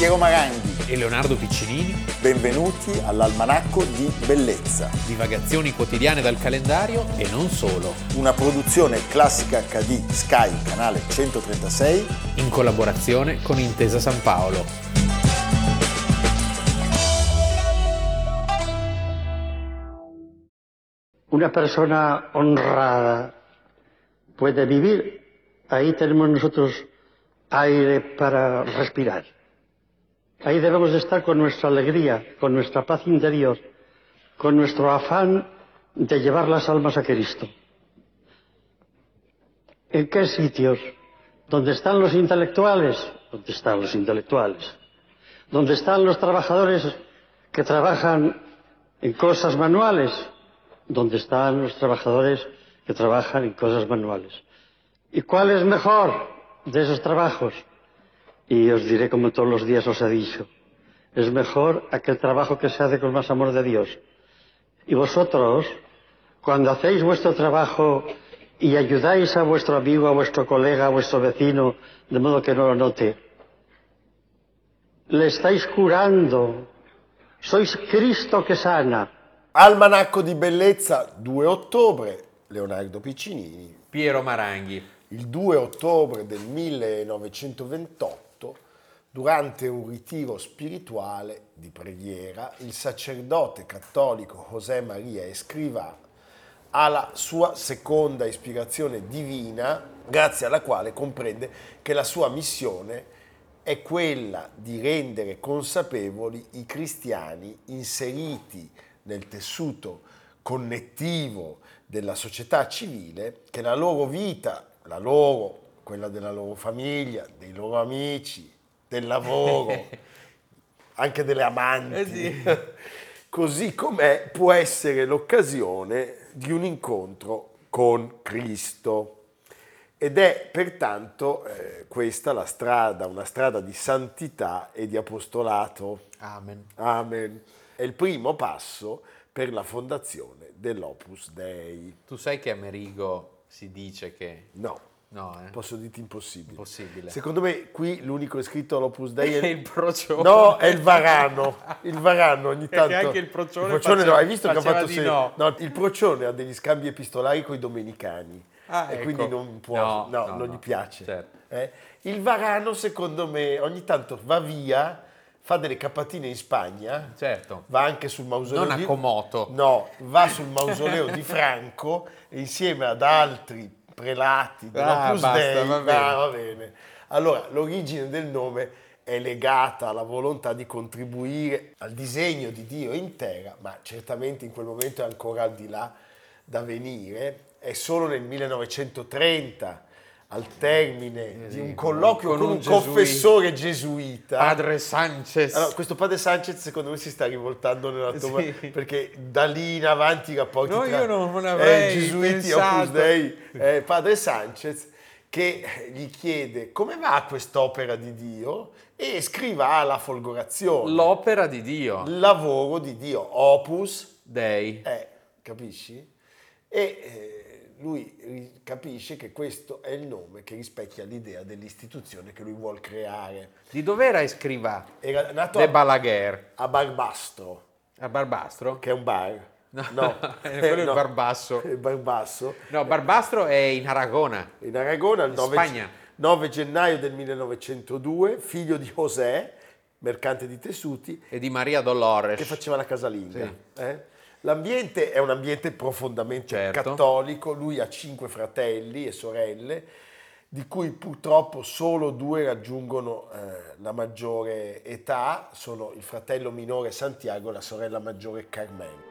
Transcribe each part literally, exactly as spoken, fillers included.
Piero Maranghi e Leonardo Piccinini. Benvenuti all'Almanacco di Bellezza. Divagazioni quotidiane dal calendario e non solo. Una produzione Classica acca di Sky, canale centotrentasei. In collaborazione con Intesa San Paolo. Una persona honrada puede vivir. Ahí tenemos nosotros aire para respirar. Ahí debemos de estar con nuestra alegría, con nuestra paz interior, con nuestro afán de llevar las almas a Cristo. ¿En qué sitios? ¿Dónde están los intelectuales? ¿Dónde están los intelectuales? ¿Dónde están los trabajadores que trabajan en cosas manuales? ¿Dónde están los trabajadores que trabajan en cosas manuales? ¿Y cuál es mejor de esos trabajos? Y os diré como todos los días os he dicho, es mejor aquel trabajo que se hace con más amor de Dios. Y vosotros, cuando hacéis vuestro trabajo y ayudáis a vuestro amigo, a vuestro colega, a vuestro vecino, de modo que no lo note, le estáis curando. Sois Cristo che sana. Almanacco di Bellezza, due ottobre, Leonardo Piccinini. Piero Maranghi. Il due ottobre del millenovecentoventotto, durante un ritiro spirituale di preghiera, il sacerdote cattolico José María Escrivá ha la sua seconda ispirazione divina, grazie alla quale comprende che la sua missione è quella di rendere consapevoli i cristiani inseriti nel tessuto connettivo della società civile, che la loro vita, la loro, quella della loro famiglia, dei loro amici, del lavoro, anche delle amanti, eh sì. così com'è, può essere l'occasione di un incontro con Cristo. Ed è pertanto eh, questa la strada, una strada di santità e di apostolato. Amen. Amen. È il primo passo per la fondazione dell'Opus Dei. Tu sai che a Merigo si dice che... No. No, eh? Posso dirti impossibile. Impossibile. Secondo me qui l'unico iscritto all'Opus Dei è è il procione. No, è il Varano. Il Varano ogni tanto. Perché anche il procione, il procione faceva, no, hai visto che ha fatto di se... no. no, il procione ha degli scambi epistolari con i domenicani. Ah, e ecco. quindi non può, no, no, no, non no. gli piace. Certo. Eh? Il Varano, secondo me, ogni tanto va via, fa delle cappatine in Spagna. Certo. Va anche sul mausoleo Non a di... Comoto. No, va sul mausoleo di Franco e insieme ad altri prelati dell'Opus ah, Dei. Va bene. Ah, va bene. Allora, l'origine del nome è legata alla volontà di contribuire al disegno di Dio in terra, ma certamente in quel momento è ancora al di là da venire. È solo nel millenovecentotrenta, al termine di un colloquio con, con un, un confessore gesuita, Padre Sanchez. allora, questo padre Sanchez secondo me si sta rivoltando nella tomba, Sì. perché da lì in avanti i rapporti No, tra io non avrei eh, gesuiti pensato. Opus Dei, eh, padre Sanchez, che gli chiede come va quest'opera di Dio e scriva la folgorazione, L'opera di Dio. il lavoro di Dio, Opus Dei. eh, capisci? E eh, lui capisce che questo è il nome che rispecchia l'idea dell'istituzione che lui vuol creare. Di dov'era Escrivá? Era nato De a, Balaguer. a Barbastro, A Barbastro? che è un bar. No, No, quello è il no, Barbasso. è Barbasso. No, Barbastro è in Aragona. In Aragona, il nove, Spagna. nove gennaio del millenovecentodue, figlio di José, mercante di tessuti, E di Maria Dolores. che faceva la casalinga. Sì. Eh? L'ambiente è un ambiente profondamente Certo. cattolico, lui ha cinque fratelli e sorelle, di cui purtroppo solo due raggiungono eh, la maggiore età, sono il fratello minore Santiago e la sorella maggiore Carmen.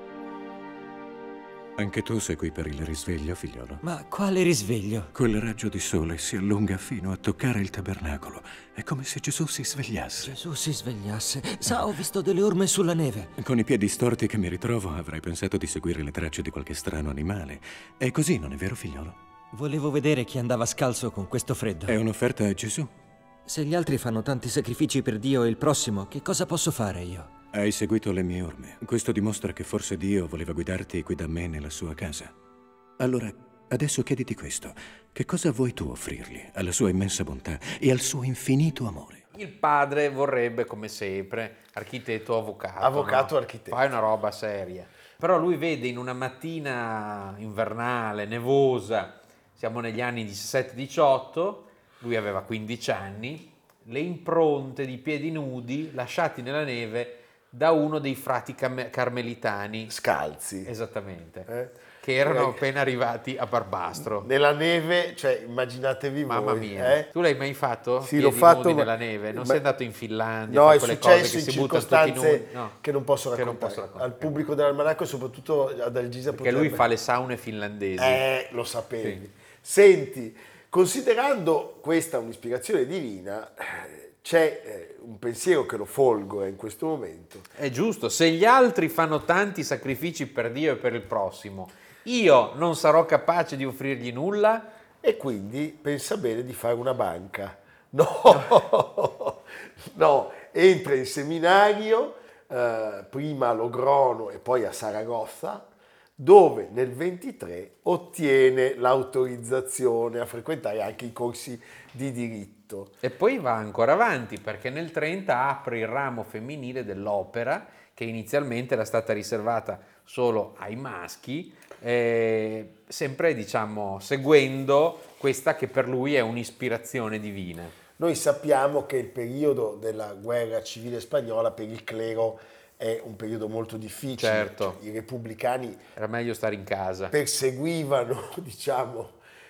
Anche tu sei qui per il risveglio, figliolo? Ma quale risveglio? Quel raggio di sole si allunga fino a toccare il tabernacolo. È come se Gesù si svegliasse. Gesù si svegliasse. Sa, ho visto delle orme sulla neve. Con i piedi storti che mi ritrovo, avrei pensato di seguire le tracce di qualche strano animale. È così, non è vero, figliolo? Volevo vedere chi andava scalzo con questo freddo. È un'offerta a Gesù. Se gli altri fanno tanti sacrifici per Dio e il prossimo, che cosa posso fare io? Hai seguito le mie orme. Questo dimostra che forse Dio voleva guidarti qui da me nella sua casa. Allora, adesso chiediti questo. Che cosa vuoi tu offrirgli alla sua immensa bontà e al suo infinito amore? Il padre vorrebbe, come sempre, architetto avvocato. Avvocato no? architetto. Fai una roba seria. Però lui vede in una mattina invernale, nevosa, siamo negli anni diciassette diciotto, lui aveva quindici anni, le impronte di piedi nudi lasciati nella neve da uno dei frati cam- carmelitani. Scalzi. Esattamente. Eh? Che erano Eh, appena arrivati a Barbastro. Nella neve, cioè immaginatevi voi. Mamma mia, eh? tu l'hai mai fatto? Sì, Piedi l'ho fatto nudi ma- nella neve? Non ma- sei andato in Finlandia? No, a è quelle cose successo che in si buttano tutti circostanze nudi? No. che non posso Che raccontare, non posso raccontare. al pubblico dell'almanacco e soprattutto ad Algisa. Perché lui fa le saune finlandesi. Eh, lo sapevi. Senti, considerando questa un'ispirazione divina, eh, c'è eh, un pensiero che lo folgora in questo momento. È giusto, se gli altri fanno tanti sacrifici per Dio e per il prossimo, io non sarò capace di offrirgli nulla? E quindi pensa bene di fare una banca. No, no, entra in seminario, eh, prima a Logrono e poi a Saragozza, dove nel ventitré ottiene l'autorizzazione a frequentare anche i corsi di diritto. E poi va ancora avanti, perché nel trenta apre il ramo femminile dell'opera, che inizialmente era stata riservata solo ai maschi, eh, sempre diciamo seguendo questa che per lui è un'ispirazione divina. Noi sappiamo che il periodo della guerra civile spagnola per il clero è un periodo molto difficile. Certo. Cioè, i repubblicani Era meglio stare in casa. perseguivano, diciamo,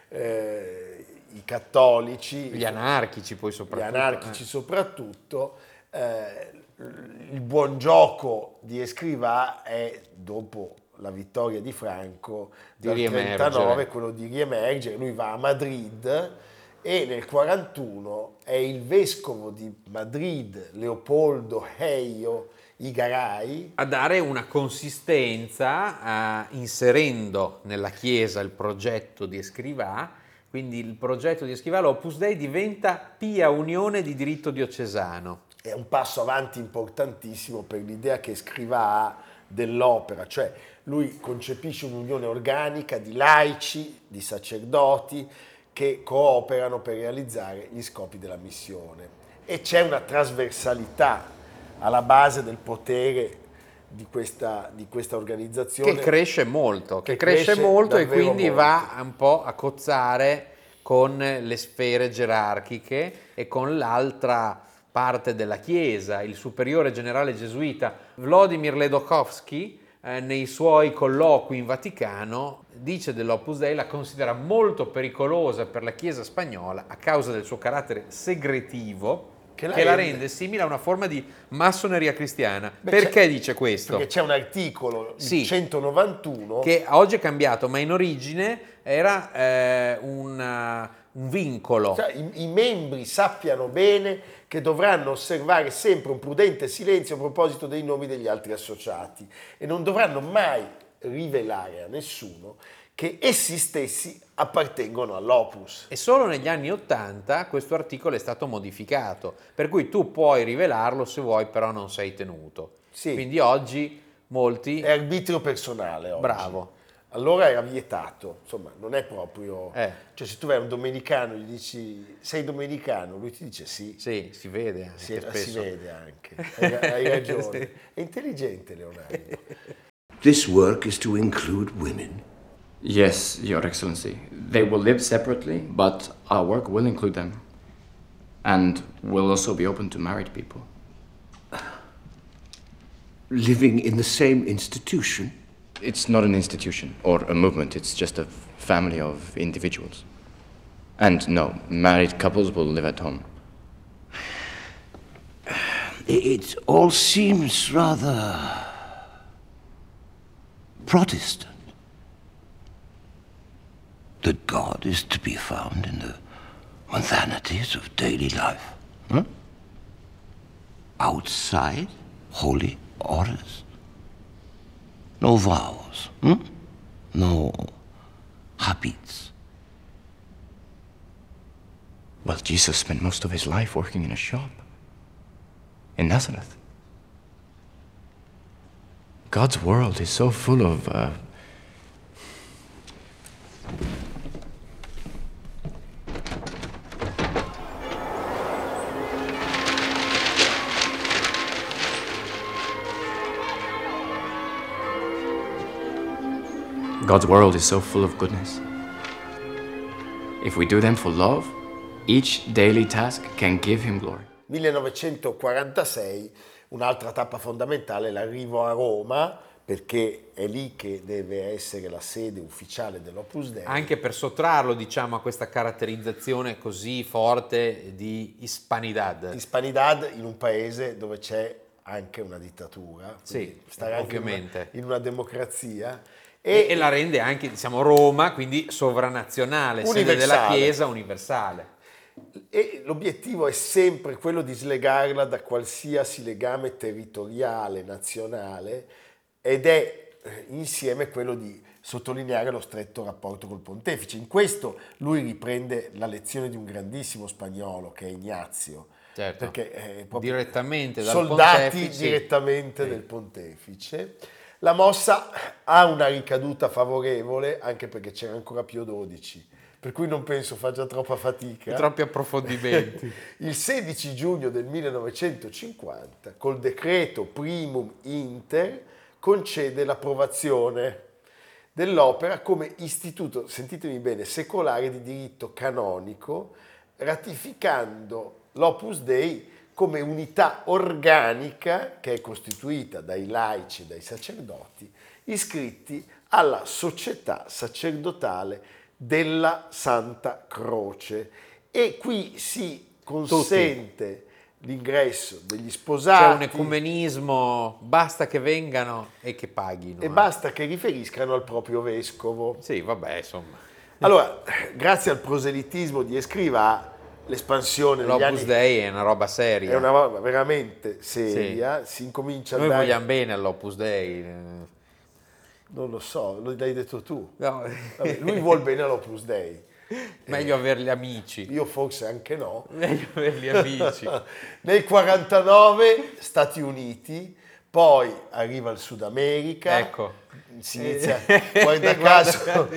eh, i cattolici, Gli anarchici poi gli soprattutto. anarchici eh. soprattutto. Eh, il buon gioco di Escrivá è, dopo la vittoria di Franco Di dal riemergere. trentanove, quello di riemergere. Lui va a Madrid e nel quarantuno è il vescovo di Madrid, Leopoldo Heio I Garay, A dare una consistenza, eh, inserendo nella Chiesa il progetto di Escrivá. Quindi il progetto di Escrivá, l'Opus Dei, diventa Pia Unione di Diritto Diocesano. è un passo avanti importantissimo per l'idea che Escrivá ha dell'opera, cioè lui concepisce un'unione organica di laici, di sacerdoti che cooperano per realizzare gli scopi della missione, e c'è una trasversalità alla base del potere di questa, di questa organizzazione Che cresce molto, che, che cresce, cresce molto e davvero quindi molto. va un po' a cozzare con le sfere gerarchiche e con l'altra parte della Chiesa. Il superiore generale gesuita Vladimir Ledochowski, eh, nei suoi colloqui in Vaticano, dice dell'Opus Dei, la considera molto pericolosa per la Chiesa spagnola a causa del suo carattere segretivo, Che la che la rende- rende simile a una forma di massoneria cristiana. Beh, Perché c'è- dice questo? Perché c'è un articolo, il Sì. centonovantuno, Che oggi è cambiato, ma in origine era eh, una- un vincolo. cioè, i, i membri sappiano bene che dovranno osservare sempre un prudente silenzio a proposito dei nomi degli altri associati e non dovranno mai rivelare a nessuno che essi stessi appartengono all'Opus. E solo negli anni Ottanta questo articolo è stato modificato, per cui tu puoi rivelarlo se vuoi, però non sei tenuto. Sì. Quindi oggi molti... È arbitrio personale oggi. Bravo. Allora era vietato, insomma, non è proprio... Eh. Cioè, se tu vai a un domenicano e gli dici sei domenicano, lui ti dice sì. Sì, si vede anche Si, si spesso. vede anche, hai, hai ragione. Sì. È intelligente Leonardo. This work is to include women. Yes, Your Excellency. They will live separately, but our work will include them. And will also be open to married people. Living in the same institution? It's not an institution or a movement, it's just a family of individuals. And no, married couples will live at home. It all seems rather Protestant. That God is to be found in the mundanities of daily life. Huh? Outside holy orders. No vows. Hmm? No habits. Well, Jesus spent most of his life working in a shop in Nazareth. God's world is so full of uh, God's world is so full of goodness. If we do them for love, each daily task can give him glory. millenovecentoquarantasei, un'altra tappa fondamentale, l'arrivo a Roma, perché è lì che deve essere la sede ufficiale dell'Opus Dei. Anche per sottrarlo, diciamo, a questa caratterizzazione così forte di hispanidad. Hispanidad in un paese dove c'è anche una dittatura, sì, stare anche ovviamente. In una, in una democrazia. E, e la rende anche, diciamo, Roma, quindi sovranazionale, sede della Chiesa universale. E l'obiettivo è sempre quello di slegarla da qualsiasi legame territoriale, nazionale, ed è insieme quello di sottolineare lo stretto rapporto col pontefice. In questo lui riprende la lezione di un grandissimo spagnolo che è Ignazio, certo, perché è proprio direttamente dal soldati pontefice, direttamente sì. del pontefice. La mossa ha una ricaduta favorevole anche perché c'era ancora Pio dodici, per cui non penso faccia troppa fatica. Troppi approfondimenti. Il sedici giugno del millenovecentocinquanta, col decreto Primum Inter, concede l'approvazione dell'opera come istituto, sentitemi bene, secolare di diritto canonico, ratificando l'Opus Dei come unità organica che è costituita dai laici e dai sacerdoti iscritti alla società sacerdotale della Santa Croce. E qui si consente Tutti. l'ingresso degli sposati. C'è un ecumenismo, basta che vengano e che paghino. E eh. basta che riferiscano al proprio vescovo. Sì, vabbè, insomma. Allora, grazie al proselitismo di Escrivà, l'espansione degli L'Opus anni... Dei è una roba seria. È una roba veramente seria, sì. Si incomincia Noi a dare... vogliamo bene all'Opus Dei. Non lo so, lo hai detto tu. No. Vabbè, lui vuol bene all'Opus Dei. Meglio eh, averli amici. Io forse anche no. Meglio averli amici. Nel quarantanove Stati Uniti, poi arriva il Sud America. Ecco. Si inizia, guarda caso,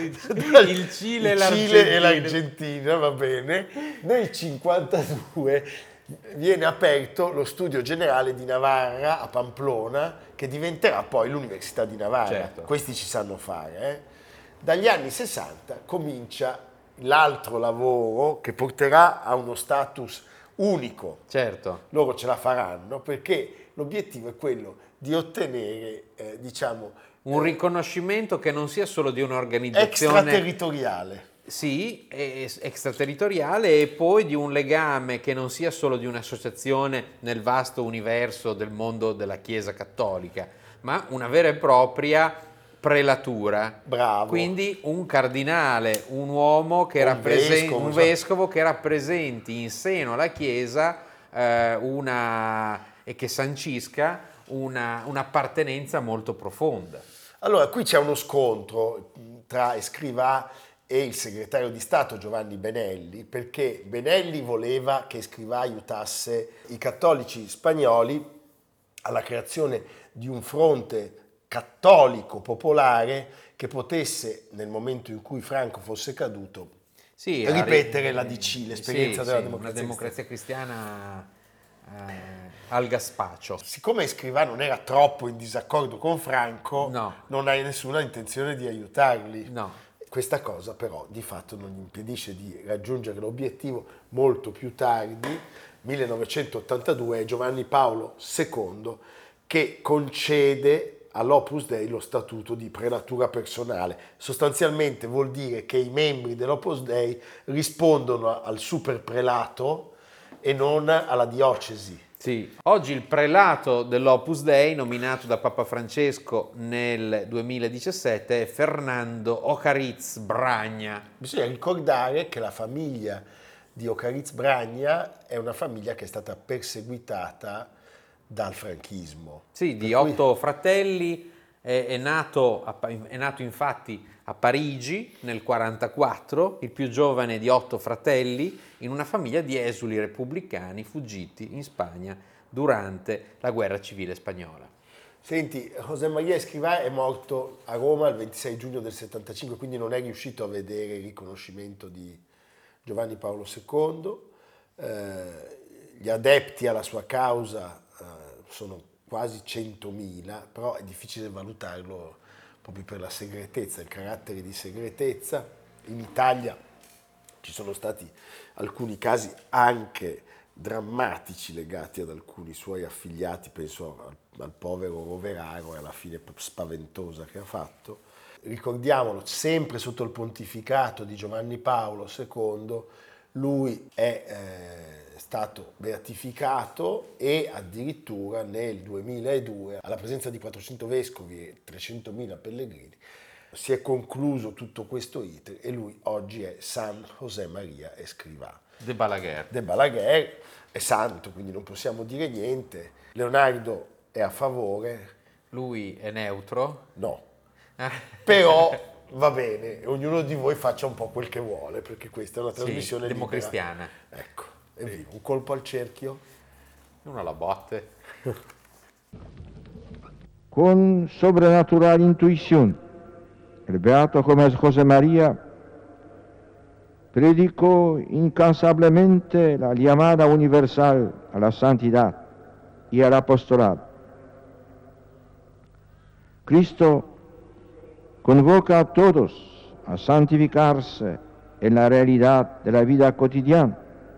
il Cile, il e, Cile e l'Argentina, va bene. Nel cinquantadue viene aperto lo studio generale di Navarra a Pamplona, che diventerà poi l'Università di Navarra. Certo. Questi ci sanno fare. Eh? Dagli anni sessanta comincia l'altro lavoro che porterà a uno status unico. Certo. Loro ce la faranno perché l'obiettivo è quello di ottenere, eh, diciamo, un riconoscimento che non sia solo di un'organizzazione extraterritoriale. Sì, extraterritoriale, e poi di un legame che non sia solo di un'associazione nel vasto universo del mondo della Chiesa cattolica, ma una vera e propria prelatura. Bravo. Quindi un cardinale, un uomo che rappresenti, un vescovo che rappresenti in seno alla Chiesa eh, una e che sancisca una, un'appartenenza molto profonda. Allora, qui c'è uno scontro tra Escrivà e il segretario di Stato Giovanni Benelli, perché Benelli voleva che Escrivà aiutasse i cattolici spagnoli alla creazione di un fronte cattolico popolare che potesse, nel momento in cui Franco fosse caduto, sì, ripetere la D C, l'esperienza sì, della sì, democrazia, una democrazia cristiana eh, al gaspaccio. Siccome Escrivà non era troppo in disaccordo con Franco, no. non hai nessuna intenzione di aiutarli. No. Questa cosa però di fatto non gli impedisce di raggiungere l'obiettivo molto più tardi, millenovecentottantadue, è Giovanni Paolo secondo che concede all'Opus Dei lo statuto di prelatura personale. Sostanzialmente vuol dire che i membri dell'Opus Dei rispondono al superprelato e non alla diocesi. Sì. Oggi il prelato dell'Opus Dei, nominato da Papa Francesco nel duemiladiciassette, è Fernando Ocariz Bragna. Bisogna ricordare che la famiglia di Ocariz Bragna è una famiglia che è stata perseguitata dal franchismo. Sì, di per otto cui... fratelli, è, è, nato, è nato infatti a Parigi nel quarantaquattro, il più giovane di otto fratelli, in una famiglia di esuli repubblicani fuggiti in Spagna durante la guerra civile spagnola. Senti, José María Escrivá è morto a Roma il ventisei giugno del settantacinque, quindi non è riuscito a vedere il riconoscimento di Giovanni Paolo secondo. Eh, gli adepti alla sua causa eh, sono quasi centomila, però è difficile valutarlo proprio per la segretezza, il carattere di segretezza. In Italia ci sono stati alcuni casi anche drammatici legati ad alcuni suoi affiliati, penso al, al povero Roveraro e alla fine spaventosa che ha fatto. Ricordiamolo, sempre sotto il pontificato di Giovanni Paolo secondo, lui è eh, stato beatificato e addirittura nel duemiladue, alla presenza di quattrocento vescovi e trecentomila pellegrini, si è concluso tutto questo iter e lui oggi è San José María Escrivá. De Balaguer. De Balaguer è santo, quindi non possiamo dire niente. Leonardo è a favore. Lui è neutro? No. Però va bene, ognuno di voi faccia un po' quel che vuole, perché questa è una trasmissione sì, libera. democristiana. Ecco, evviva. Un colpo al cerchio. Uno alla botte. Con sobrenatural intuición, el beato José María predicó incansablemente la llamada universal a la santidad y al apostolado. Cristo convoca a todos a santificarse en la realidad de la vida cotidiana.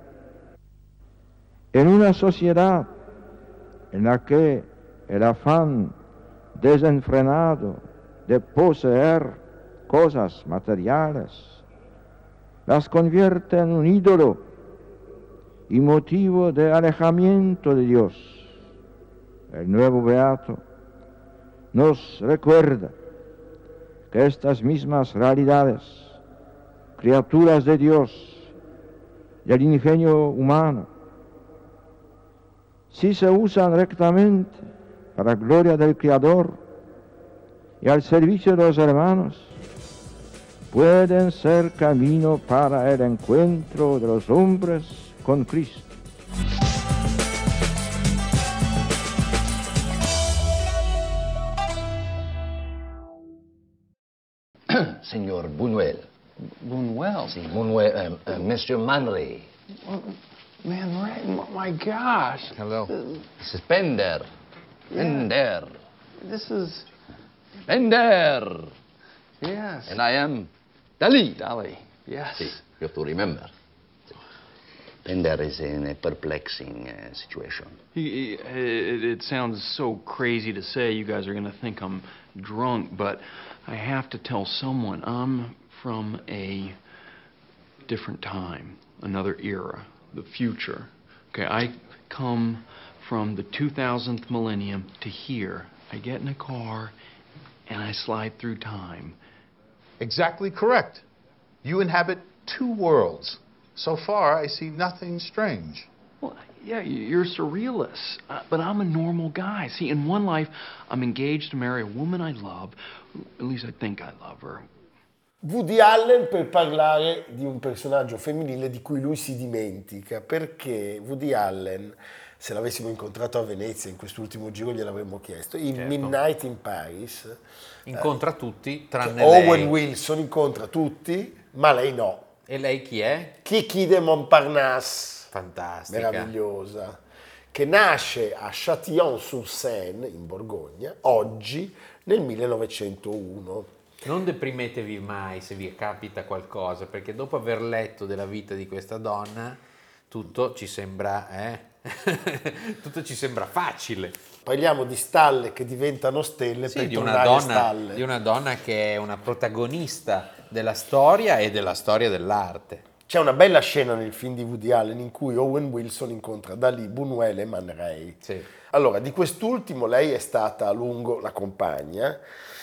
En una sociedad en la que el afán desenfrenado de poseer cosas materiales las convierte en un ídolo y motivo de alejamiento de Dios. El nuevo beato nos recuerda que estas mismas realidades, criaturas de Dios, del ingenio humano, si se usan rectamente para gloria del Creador y al servicio de los hermanos, pueden ser camino para el encuentro de los hombres con Cristo. Signor Buñuel. Buñuel? Sí, Buñuel, uh, uh, mister Manley. Man, right, my gosh. Hello. This is Bender. Yeah. Bender. This is... Bender. Yes. And I am Dali. Dali, yes. See, you have to remember. Bender is in a perplexing uh, situation. He, he, it, it sounds so crazy to say. You guys are going to think I'm drunk, but I have to tell someone I'm from a different time, another era, the future. Okay, I come from the two thousandth millennium to here. I get in a car and I slide through time. Exactly correct. You inhabit two worlds. So far, I see nothing strange. Well, yeah, you're surrealists, uh, but I'm a normal guy. See, in one life, I'm engaged to marry a woman I love. At least I think I love her. Woody Allen per parlare di un personaggio femminile di cui lui si dimentica, perché Woody Allen, se l'avessimo incontrato a Venezia in quest'ultimo giro gliel'avremmo chiesto, in certo. Midnight in Paris incontra eh, tutti tranne Owen lei. Wilson incontra tutti, ma lei no. E lei chi è? Kiki de Montparnasse, fantastica, meravigliosa, che nasce a Châtillon-sur-Seine in Borgogna oggi nel millenovecentouno. Non deprimetevi mai se vi capita qualcosa, perché dopo aver letto della vita di questa donna tutto ci sembra eh? tutto ci sembra facile. Parliamo di stalle che diventano stelle, sì, per di una tornare donna, stalle. di una donna che è una protagonista della storia e della storia dell'arte. C'è una bella scena nel film di Woody Allen in cui Owen Wilson incontra Dalì, Buñuel e Man Ray. Sì. Allora, di quest'ultimo lei è stata a lungo la compagna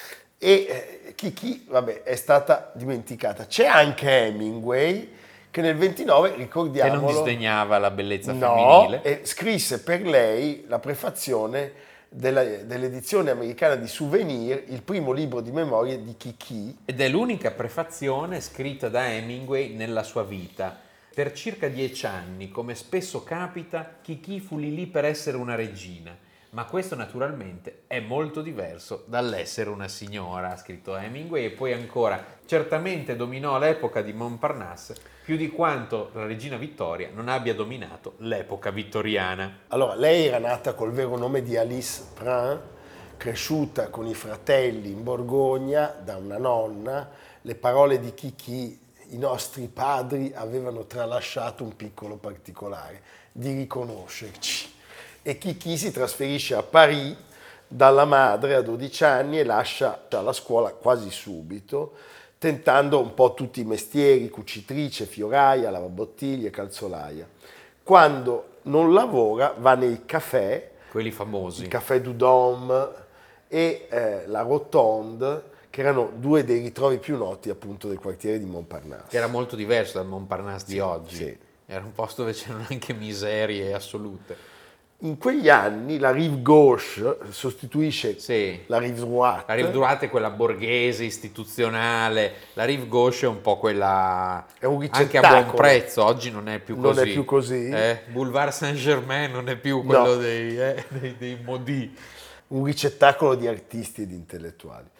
e eh, Kiki, vabbè, è stata dimenticata. C'è anche Hemingway che nel ventinove, ricordiamolo, che non disdegnava la bellezza no, femminile, e scrisse per lei la prefazione della, dell'edizione americana di Souvenir, il primo libro di memorie di Kiki. Ed è l'unica prefazione scritta da Hemingway nella sua vita. Per circa dieci anni, come spesso capita, Kiki fu lì lì per essere una regina. Ma questo naturalmente è molto diverso dall'essere una signora, ha scritto Hemingway, e poi ancora, certamente dominò l'epoca di Montparnasse più di quanto la regina Vittoria non abbia dominato l'epoca vittoriana. Allora, lei era nata col vero nome di Alice Prin, cresciuta con i fratelli in Borgogna da una nonna, le parole di Chicchi: i nostri padri avevano tralasciato un piccolo particolare, di riconoscerci. E Chicchi si trasferisce a Parigi dalla madre a dodici anni e lascia la scuola quasi subito, tentando un po' tutti i mestieri: cucitrice, fioraia, lavabottiglie, calzolaia. Quando non lavora va nei caffè, quelli famosi, il Café du Dôme e eh, la Rotonde, che erano due dei ritrovi più noti appunto del quartiere di Montparnasse. Che era molto diverso dal Montparnasse Sì, di oggi. sì. Era un posto dove c'erano anche miserie assolute. In quegli anni la rive gauche sostituisce Sì. la rive droite. La rive droite è quella borghese, istituzionale, la rive gauche è un po' quella È un anche a buon prezzo, oggi non è più Non così. è più così. Eh, Boulevard Saint-Germain non è più quello No. dei, eh, dei, dei modi. Un ricettacolo di artisti e di intellettuali.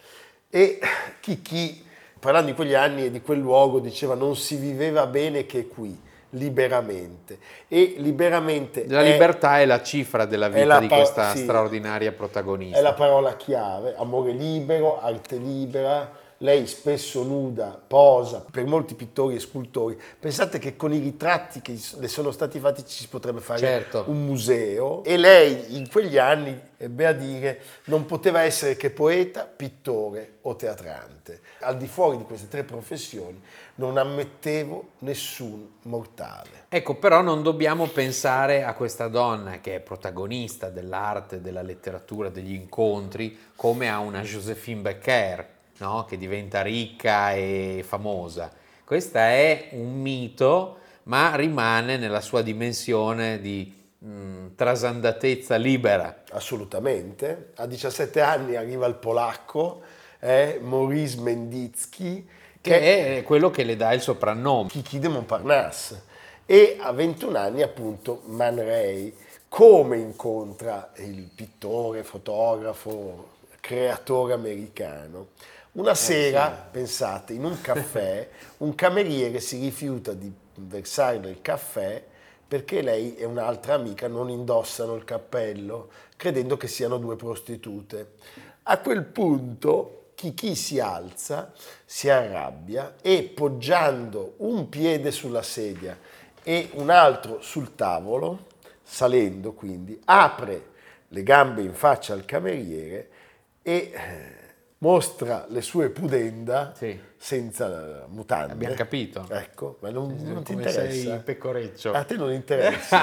E Chicchi, parlando di quegli anni e di quel luogo, diceva: non si viveva bene che qui, liberamente. E liberamente La è, libertà è la cifra della è vita la di pa- questa sì, straordinaria protagonista. è la parola chiave: amore libero, arte libera. Lei spesso nuda, posa, per molti pittori e scultori. Pensate che con i ritratti che le sono stati fatti ci si potrebbe fare Certo. un museo. E lei in quegli anni, ebbe a dire, non poteva essere che poeta, pittore o teatrante. Al di fuori di queste tre professioni non ammettevo nessun mortale. Ecco, però non dobbiamo pensare a questa donna che è protagonista dell'arte, della letteratura, degli incontri, come a una Joséphine Baker, no? Che diventa ricca e famosa. Questa è un mito, ma rimane nella sua dimensione di mh, trasandatezza libera. Assolutamente. A diciassette anni arriva il polacco, eh, Maurice Mendicki, Che è quello che le dà il soprannome. Chicchi de Montparnasse. E a ventuno anni appunto Man Ray. Come incontra il pittore, fotografo, creatore americano? Una sera, sì. pensate, in un caffè, un cameriere si rifiuta di versare del caffè perché lei e un'altra amica non indossano il cappello, credendo che siano due prostitute. A quel punto Chicchi si alza, si arrabbia e, poggiando un piede sulla sedia e un altro sul tavolo, salendo quindi, apre le gambe in faccia al cameriere e mostra le sue pudenda, sì, senza mutande. Abbiamo capito. Ecco, ma non, non ti Come interessa? sei pecoreccio. A te non interessa.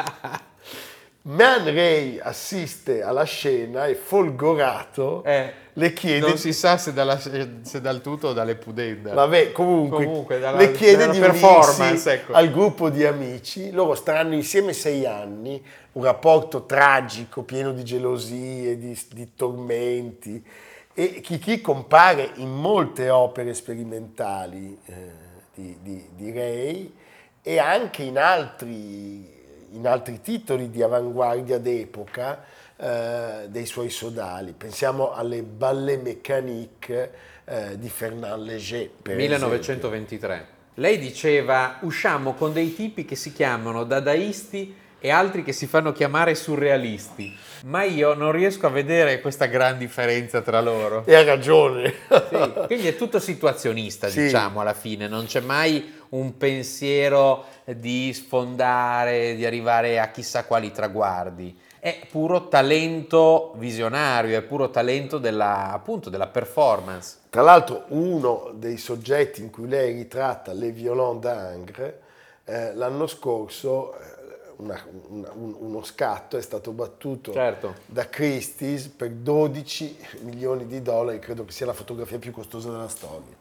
Man Ray assiste alla scena e, folgorato, Eh, le chiede... non si sa se, dalla, se dal tutto o dalle pudenda. Vabbè, comunque, Comunque dalla, le chiede dalla di performance, unirsi ecco. al gruppo di amici. Loro staranno insieme sei anni, un rapporto tragico, pieno di gelosie, di, di tormenti. E Chicchi compare in molte opere sperimentali eh, di, di, di Ray e anche in altri, in altri titoli di avanguardia d'epoca eh, dei suoi sodali. Pensiamo alle Ballet Mécanique eh, di Fernand Léger, per millenovecentoventitré. esempio. Lei diceva: usciamo con dei tipi che si chiamano dadaisti e altri che si fanno chiamare surrealisti, ma io non riesco a vedere questa gran differenza tra loro. E ha ragione. Sì, quindi è tutto situazionista, Sì. diciamo, alla fine. Non c'è mai un pensiero di sfondare, di arrivare a chissà quali traguardi. È puro talento visionario, è puro talento della, appunto, della performance. Tra l'altro uno dei soggetti in cui lei ritratta Les Violons d'Ingres, eh, l'anno scorso eh, una, una, un, uno scatto è stato battuto Certo. da Christie's per dodici milioni di dollari, credo che sia la fotografia più costosa della storia.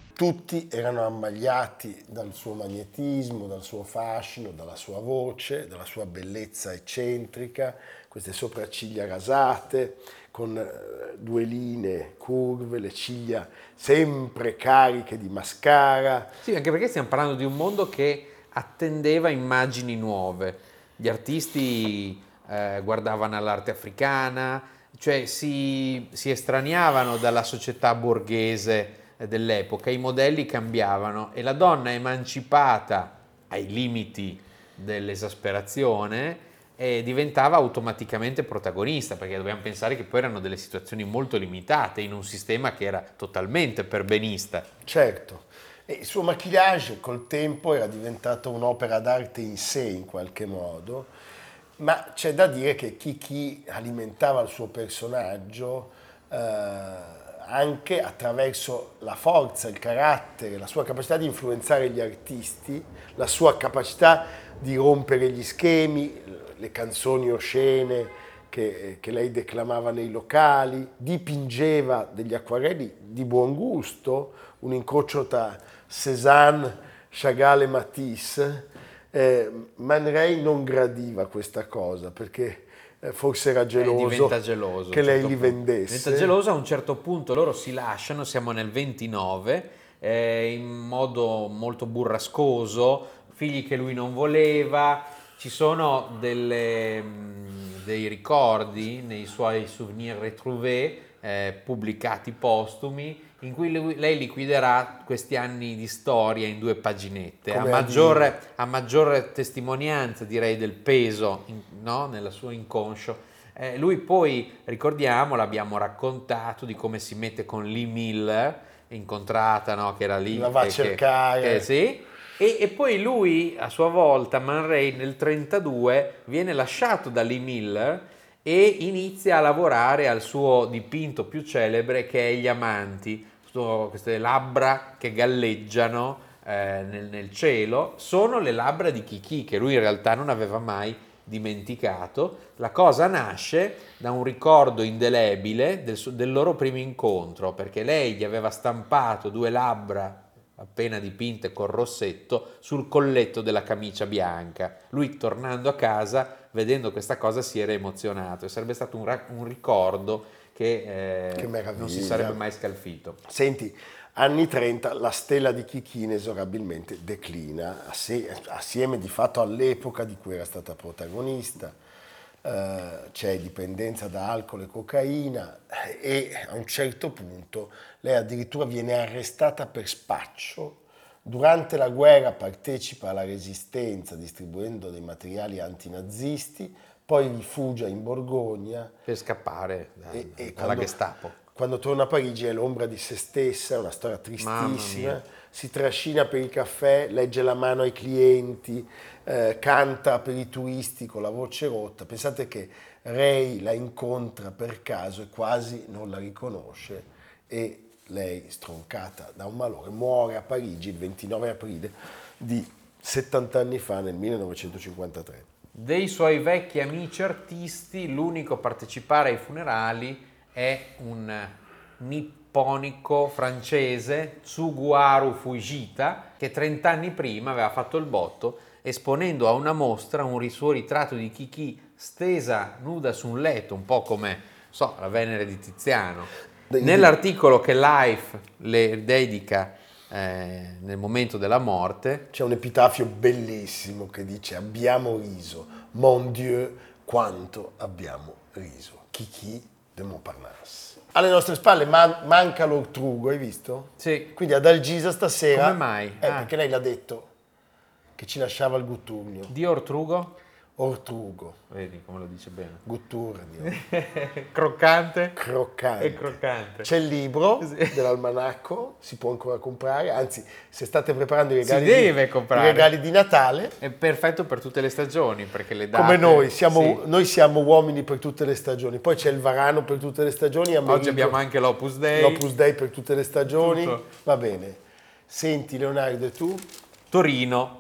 Tutti erano ammagliati dal suo magnetismo, dal suo fascino, dalla sua voce, dalla sua bellezza eccentrica, queste sopracciglia rasate, con eh, due linee curve, le ciglia sempre cariche di mascara. Sì, anche perché stiamo parlando di un mondo che attendeva immagini nuove. Gli artisti eh, guardavano all'arte africana, cioè si, si estraniavano dalla società borghese dell'epoca, i modelli cambiavano e la donna emancipata ai limiti dell'esasperazione e diventava automaticamente protagonista, perché dobbiamo pensare che poi erano delle situazioni molto limitate in un sistema che era totalmente perbenista. Certo, e il suo maquillage col tempo era diventato un'opera d'arte in sé in qualche modo, ma c'è da dire che Kiki alimentava il suo personaggio eh, anche attraverso la forza, il carattere, la sua capacità di influenzare gli artisti, la sua capacità di rompere gli schemi, le canzoni oscene che, che lei declamava nei locali, dipingeva degli acquarelli di buon gusto, un incrocio tra Cézanne, Chagall e Matisse. Eh, Man Ray non gradiva questa cosa perché eh, forse era geloso, eh, geloso che lei certo li punto. vendesse. Diventa geloso, a un certo punto loro si lasciano, siamo nel ventinove, eh, in modo molto burrascoso, figli che lui non voleva. Ci sono delle, dei ricordi nei suoi souvenir retrouvés eh, pubblicati postumi in cui lui, lei liquiderà questi anni di storia in due paginette, a maggior, a maggior testimonianza direi del peso in, no, nel suo inconscio. Eh, lui poi, ricordiamo, l'abbiamo raccontato di come si mette con Lee Miller, incontrata, no, che era lì. La va che, a cercare. Che, che, sì. E, e poi lui, a sua volta, Man Ray, nel trentadue, viene lasciato da Lee Miller e inizia a lavorare al suo dipinto più celebre, che è Gli amanti, queste labbra che galleggiano eh, nel, nel cielo. Sono le labbra di Kiki, che lui in realtà non aveva mai dimenticato. La cosa nasce da un ricordo indelebile del, del loro primo incontro, perché lei gli aveva stampato due labbra appena dipinte col rossetto sul colletto della camicia bianca. Lui, tornando a casa, vedendo questa cosa, si era emozionato e sarebbe stato un, ra- un ricordo che, eh, che non si sarebbe mai scalfito. Senti, anni trenta, la stella di Kiki inesorabilmente declina, assieme di fatto all'epoca di cui era stata protagonista. Uh, c'è dipendenza da alcol e cocaina e a un certo punto lei addirittura viene arrestata per spaccio. Durante la guerra partecipa alla resistenza distribuendo dei materiali antinazisti, poi rifugia in Borgogna per scappare da, e, e dalla quando, Gestapo. Quando torna a Parigi è l'ombra di se stessa, è una storia tristissima, si trascina per il caffè, legge la mano ai clienti, eh, canta per i turisti con la voce rotta. Pensate che Ray la incontra per caso e quasi non la riconosce e lei, stroncata da un malore, muore a Parigi il ventinove aprile di settanta anni fa, nel millenovecentocinquantatré. Dei suoi vecchi amici artisti, l'unico a partecipare ai funerali è un nipponico francese, Tsuguaru Fujita, che trent'anni prima aveva fatto il botto esponendo a una mostra un suo ritratto di Kiki stesa nuda su un letto, un po' come, so, la Venere di Tiziano. Nell'articolo che Life le dedica eh, nel momento della morte c'è un epitafio bellissimo che dice: abbiamo riso, mon Dieu, quanto abbiamo riso. Kiki de Montparnasse. Alle nostre spalle man- manca l'Ortrugo, hai visto? Sì. Quindi ad Algisa stasera... Come mai? Eh, ah. Perché lei l'ha detto che ci lasciava il Guttugno. Di Ortrugo? Ortrugo. Vedi come lo dice bene. Gutturnio. Croccante? Croccante. E croccante. C'è il libro sì. dell'almanacco, si può ancora comprare, anzi se state preparando i regali, si deve di, comprare. i regali di Natale. È perfetto per tutte le stagioni, perché le date... Come noi, siamo, sì. noi siamo uomini per tutte le stagioni, poi c'è il Varano per tutte le stagioni. Amerigo, oggi abbiamo anche l'Opus Dei. L'Opus Dei per tutte le stagioni, tutto. Va bene. Senti Leonardo, e tu? Torino.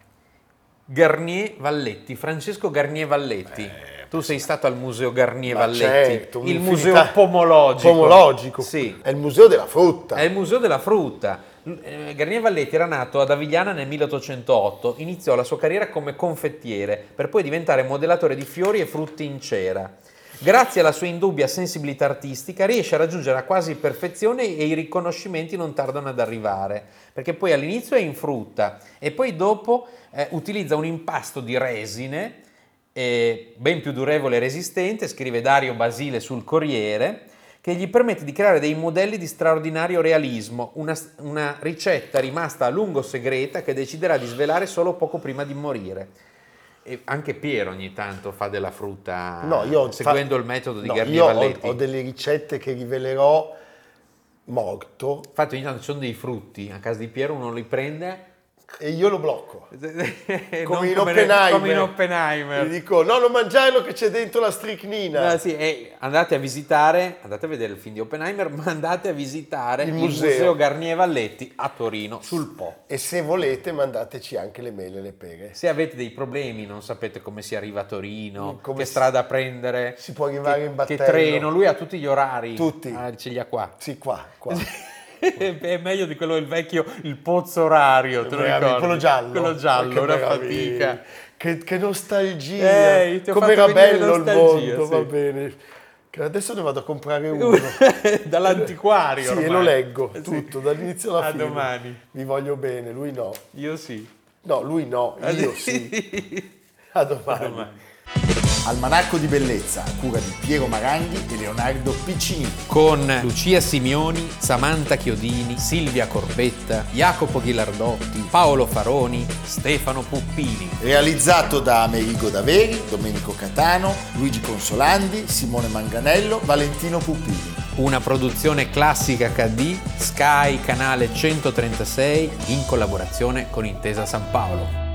Garnier Valletti, Francesco Garnier Valletti. Eh, tu sei stato al museo Garnier Ma Valletti, certo, il un'infinità- museo pomologico. Pomologico, Sì. È il museo della frutta. È il museo della frutta. Eh, Garnier Valletti era nato ad Avigliana nel milleottocentootto, iniziò la sua carriera come confettiere per poi diventare modellatore di fiori e frutti in cera. Grazie alla sua indubbia sensibilità artistica riesce a raggiungere la quasi perfezione e i riconoscimenti non tardano ad arrivare, perché poi all'inizio è in frutta e poi dopo eh, utilizza un impasto di resine eh, ben più durevole e resistente, scrive Dario Basile sul Corriere, che gli permette di creare dei modelli di straordinario realismo, una, una ricetta rimasta a lungo segreta che deciderà di svelare solo poco prima di morire. E anche Piero ogni tanto fa della frutta No, io seguendo fa- il metodo di no, Garnier io ho, Valletti. ho delle ricette che rivelerò morto. Infatti ogni tanto ci sono dei frutti, a casa di Piero uno li prende e io lo blocco. come, Come in come, Oppenheimer. come in Oppenheimer. Gli dico, no, non mangiarlo che c'è dentro la stricnina. No, sì, e andate a visitare, andate a vedere il film di Oppenheimer, ma andate a visitare il, Il museo. museo. Garnier Valletti a Torino, sul Po. E se volete mandateci anche le mele e le pere. Se avete dei problemi, non sapete come si arriva a Torino, Come che si- strada prendere, Si può arrivare che, in battello. che treno, lui ha tutti gli orari. Tutti. Ah, ce li ha qua. Sì, qua, qua. È meglio di quello del vecchio, il pozzo orario, te lo Meraviglia, ricordi? quello giallo. Quello giallo, Che una meraviglia. fatica. Che, che nostalgia. Ehi, ti ho Come fatto era venire bello il nostalgia, mondo, sì. va bene. Che adesso ne vado a comprare uno. Dall'antiquario Sì, ormai. e lo leggo Sì. tutto, dall'inizio alla A fine. domani. Vi voglio bene, lui no. Io sì. No, lui no, io sì. A domani. A domani. Almanacco di bellezza a cura di Piero Maranghi e Leonardo Piccini. Con Lucia Simioni, Samantha Chiodini, Silvia Corbetta, Jacopo Ghilardotti, Paolo Faroni, Stefano Puppini. Realizzato da Amerigo Daveri, Domenico Catano, Luigi Consolandi, Simone Manganello, Valentino Puppini. Una produzione Classica acca di, Sky Canale centotrentasei, in collaborazione con Intesa San Paolo.